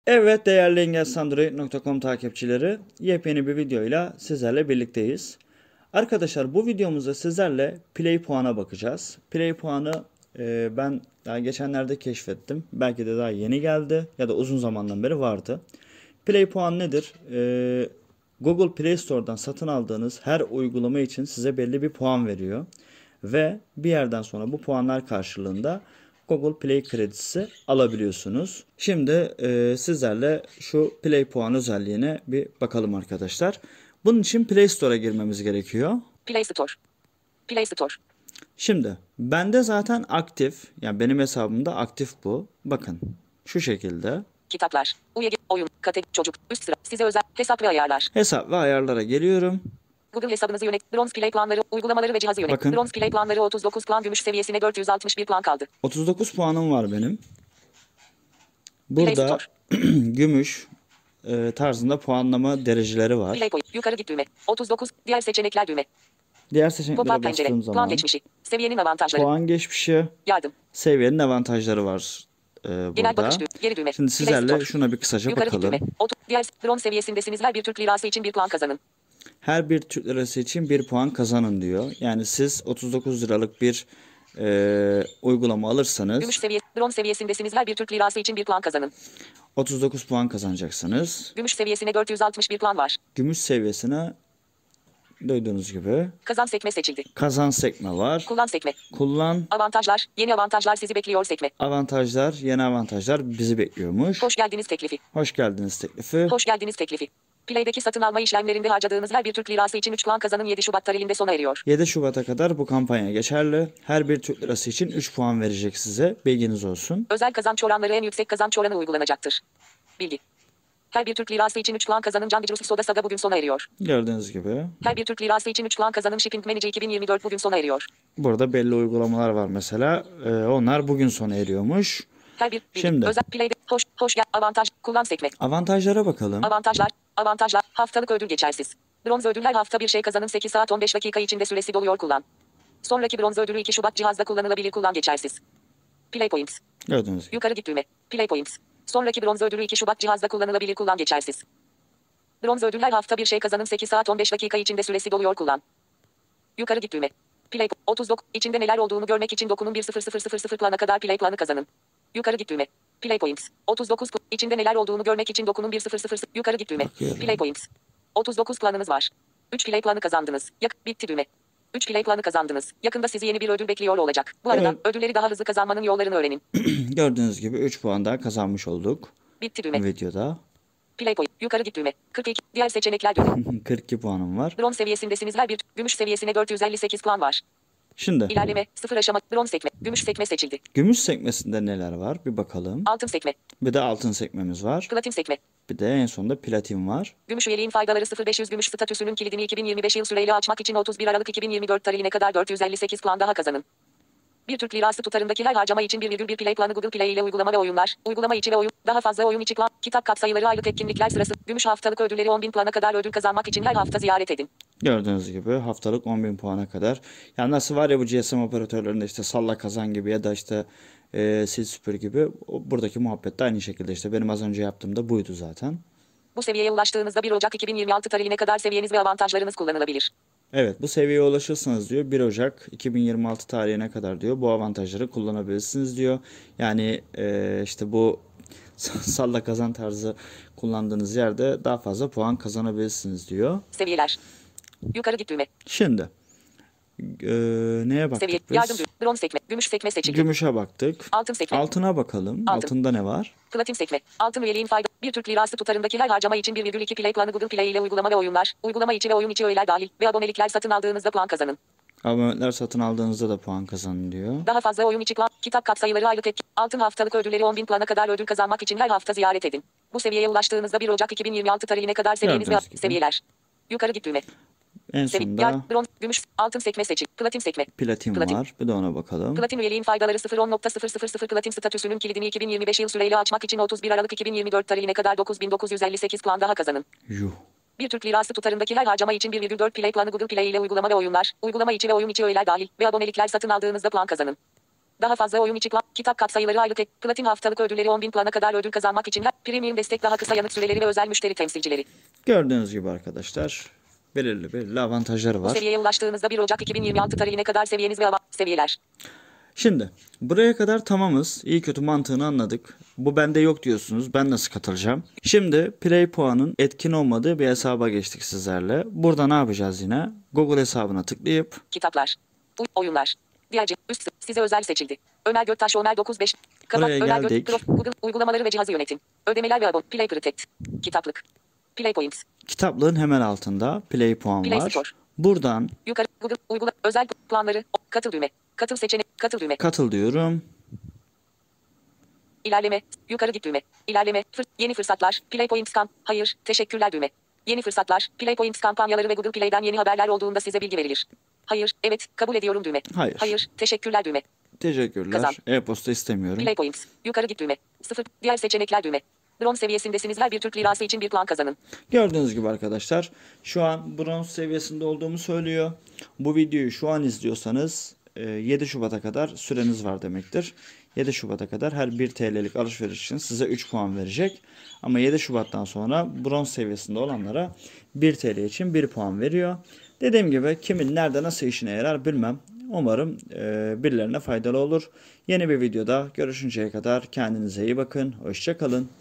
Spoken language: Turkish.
Evet değerli engelsandroid.com takipçileri, yepyeni bir videoyla sizlerle birlikteyiz. Arkadaşlar, bu videomuzda sizlerle Play puana bakacağız. Play puanı ben daha geçenlerde keşfettim. Belki de daha yeni geldi ya da uzun zamandan beri vardı. Play puan nedir? Google Play Store'dan satın aldığınız her uygulama için size belli bir puan veriyor. Ve bir yerden sonra bu puanlar karşılığında Google Play kredisi alabiliyorsunuz. Şimdi sizlerle şu Play puan özelliğine bir bakalım arkadaşlar. Bunun için Play Store'a girmemiz gerekiyor. Play Store. Play Store. Şimdi bende zaten aktif, yani benim hesabımda aktif bu. Bakın şu şekilde. Kitaplar. UYG. Oyun. Kategori. Çocuk. Üst sıra. Size özel. Hesap ve ayarlar. Hesap ve ayarlara geliyorum. Google hesabınızı yönet. Bronz Play planları. Uygulamaları ve cihazı yönet. Bakın. Bronz Play planları 39 plan, gümüş seviyesine 461 plan kaldı. 39 puanım var benim. Play Burada Store. gümüş tarzında puanlama dereceleri var. Play Point. Yukarı git düğme. 39. Diğer seçenekler düğme. Diğer seçeneklere Pop-up pencere. bastığım Puan zaman geçmişi. Seviyenin avantajları. puan geçmişi, Yardım. seviyenin avantajları var Genel burada. bakış düğme. Geri düğme. Şimdi Play sizlerle Store. şuna bir kısaca Yukarı git bakalım. düğme. Diğer bronz seviyesindesiniz. Her bir Türk lirası için bir puan kazanın. Her bir Türk lirası için bir puan kazanın diyor. Yani siz 39 liralık bir uygulama alırsanız Gümüş seviyesi. Bronz seviyesindesiniz. Her bir Türk lirası için bir puan kazanın. 39 puan kazanacaksınız. Gümüş seviyesine 461 puan var. Gümüş seviyesine duyduğunuz gibi Kazan sekme seçildi. kazan sekme var. Kullan sekme. Kullan. Avantajlar. Yeni avantajlar sizi bekliyor sekme. Avantajlar, yeni avantajlar bizi bekliyormuş. Hoş geldiniz teklifi. Hoş geldiniz teklifi. Hoş geldiniz teklifi. Play'deki satın alma işlemlerinde harcadığınız her bir Türk lirası için 3 puan kazanın. 7 Şubat tarihinde sona eriyor. 7 Şubat'a kadar bu kampanya geçerli. Her bir Türk lirası için 3 puan verecek size. Bilginiz olsun. Özel kazanç oranları, en yüksek kazanç oranı uygulanacaktır. Bilgi. Her bir Türk lirası için 3 puan kazanın. Can Dicrus Soda Saga bugün sona eriyor. Gördüğünüz gibi. Her bir Türk lirası için 3 puan kazanın. Shipping Manager 2024 bugün sona eriyor. Burada belli uygulamalar var mesela. Onlar bugün sona eriyormuş. Her bir bilgi. Şimdi. Özel Play'de hoş gel avantaj kullan sekme. Avantajlara bakalım. Avantajlar. Haftalık ödül geçersiz. Bronz ödül, her hafta bir şey kazanın. 8 saat 15 dakika içinde süresi doluyor, kullan. Sonraki bronz ödülü 2 Şubat cihazda kullanılabilir, kullan, geçersiz. Play Points. Gördüğünüz gibi. Yukarı git düğme. Play Points. Sonraki bronz ödülü 2 Şubat cihazda kullanılabilir, kullan, geçersiz. Bronz ödül, her hafta bir şey kazanın. 8 saat 15 dakika içinde süresi doluyor, kullan. Yukarı git düğme. Play 39. İçinde neler olduğunu görmek için dokunun, 1.0000 plana kadar play planı kazanın. Yukarı git düğme. Play Points. 39. İçinde neler olduğunu görmek için dokunun, 1.00. Yukarı git düğme. Bakıyorum. Play Points. 39 planınız var. 3 play planı kazandınız. Bitti düğme. 3 play planı kazandınız. Yakında sizi yeni bir ödül bekliyor olacak. Bu arada ödülleri daha hızlı kazanmanın yollarını öğrenin. Gördüğünüz gibi 3 puan daha kazanmış olduk. Bitti düğme. Videoda. Play point. Yukarı git düğme. 42. Diğer seçenekler düğme. 42 puanım var. Bronz seviyesindesiniz. Her bir gümüş seviyesine 458 puan var. Şimdi. İlerleme. 0 aşama. Bronz sekme. Gümüş sekme seçildi. Gümüş sekmesinde neler var? Bir bakalım. Altın sekme. Bir de altın sekmemiz var. Platin sekme. Bir de en sonunda platin var. Gümüş üyeliğin faydaları. 0500 gümüş statüsünün kilidini 2025 yıl süreyle açmak için 31 Aralık 2024 tarihine kadar 458 puan daha kazanın. Bir Türk lirası tutarındaki her harcama için 1,1 play planı Google Play ile uygulama ve oyunlar, uygulama içi ve oyun, daha fazla oyun içi plan, kitap katsayıları, aylık etkinlikler sırası, gümüş haftalık ödülleri 10.000 plana kadar ödül kazanmak için her hafta ziyaret edin. Gördüğünüz gibi haftalık 10.000 puana kadar. Yani nasıl var ya bu GSM operatörlerinde işte salla kazan gibi ya da işte sil süpür gibi, buradaki muhabbet de aynı şekilde, işte benim az önce yaptığım da buydu zaten. Bu seviyeye ulaştığınızda 1 Ocak 2026 tarihine kadar seviyeniz ve avantajlarınız kullanılabilir. Evet, bu seviyeye ulaşırsanız diyor 1 Ocak 2026 tarihine kadar diyor bu avantajları kullanabilirsiniz diyor. Yani işte bu salla kazan tarzı kullandığınız yerde daha fazla puan kazanabilirsiniz diyor. Seviyeler. Yukarı git düğme. Şimdi neye baktık Seviye, biz? yardım düğme, bronz sekme, gümüş sekme seçildi. Gümüşe baktık. Altın sekme. Altına bakalım. Altın. Altında ne var? Platin sekme. Altın üyeliğin fayda. Bir Türk lirası tutarındaki her harcama için 1,2 play planı Google Play ile uygulama ve oyunlar, uygulama içi ve oyun içi öğeler dahil ve abonelikler satın aldığınızda puan kazanın. Abonelikler satın aldığınızda da puan kazanın diyor. Daha fazla oyun içi plan, kitap katsayıları, aylık etki, altın haftalık ödülleri 10.000 plana kadar ödül kazanmak için her hafta ziyaret edin. Bu seviyeye ulaştığınızda 1 Ocak 2026 tarihine kadar seviyeniz ve seviyeler. Yukarı git düğme. En sonunda bronz, gümüş, altın sekme seçil, platin sekme. platin var. Bir de ona bakalım. Platin üyeliğin faydaları 0.10.000 platin statüsünün kilidini 2025 yıl süreyle açmak için 31 Aralık 2024 tarihine kadar 9.958 puan daha kazanın. Yuh. Bir Türk lirası tutarındaki her harcama için 1,4 play planı Google Play ile uygulama ve oyunlar, uygulama içi ve oyun içi öğeler dahil ve abonelikler satın aldığınızda puan kazanın. Daha fazla oyun içi plan, kitap katsayıları aylık platin haftalık ödülleri 10.000 plana kadar ödül kazanmak için premium destek daha kısa yanıt süreleri ve özel müşteri temsilcileri. Gördüğünüz gibi arkadaşlar belirli avantajları Bu var. seviyeye ulaştığınızda 1 Ocak 2026 tarihine kadar seviyeniz ve seviyeler. Şimdi buraya kadar tamamız. İyi kötü mantığını anladık. Bu bende yok diyorsunuz. Ben nasıl katılacağım? Şimdi Play puanın etkin olmadığı bir hesaba geçtik sizlerle. Burada ne yapacağız yine? Google hesabına tıklayıp Kitaplar. Oyunlar. Diğerce. Üst. Size özel seçildi. Ömer Göktaş Ömer 95. Buraya Ömer geldik. Google uygulamaları ve cihazı yönetim. Ödemeler ve abon. Play Protect. Kitaplık. Play Points. kitaplığın hemen altında Play puan Play var. Store. Buradan Yukarı Google uygula özel planları. Katıl düğme. Katıl seçenek. Katıl düğme. katıl diyorum. İlerleme. Yukarı git düğme. İlerleme. Yeni fırsatlar. Play Points kamp. Hayır. Teşekkürler düğme. Yeni fırsatlar. Play Points kampanyaları ve Google Play'den yeni haberler olduğunda size bilgi verilir. Hayır. Evet. Kabul ediyorum düğme. Hayır. Hayır. Teşekkürler düğme. Teşekkürler. Kazan. E-posta istemiyorum. Play Points. Yukarı git düğme. 0. Diğer seçenekler düğme. Bronz seviyesindesiniz. Her bir Türk lirası için bir puan kazanın. Gördüğünüz gibi arkadaşlar şu an bronz seviyesinde olduğumu söylüyor. Bu videoyu şu an izliyorsanız 7 Şubat'a kadar süreniz var demektir. 7 Şubat'a kadar her 1 TL'lik alışveriş için size 3 puan verecek. Ama 7 Şubat'tan sonra bronz seviyesinde olanlara 1 TL için 1 puan veriyor. Dediğim gibi kimin nerede nasıl işine yarar bilmem. Umarım birilerine faydalı olur. Yeni bir videoda görüşünceye kadar kendinize iyi bakın. Hoşça kalın.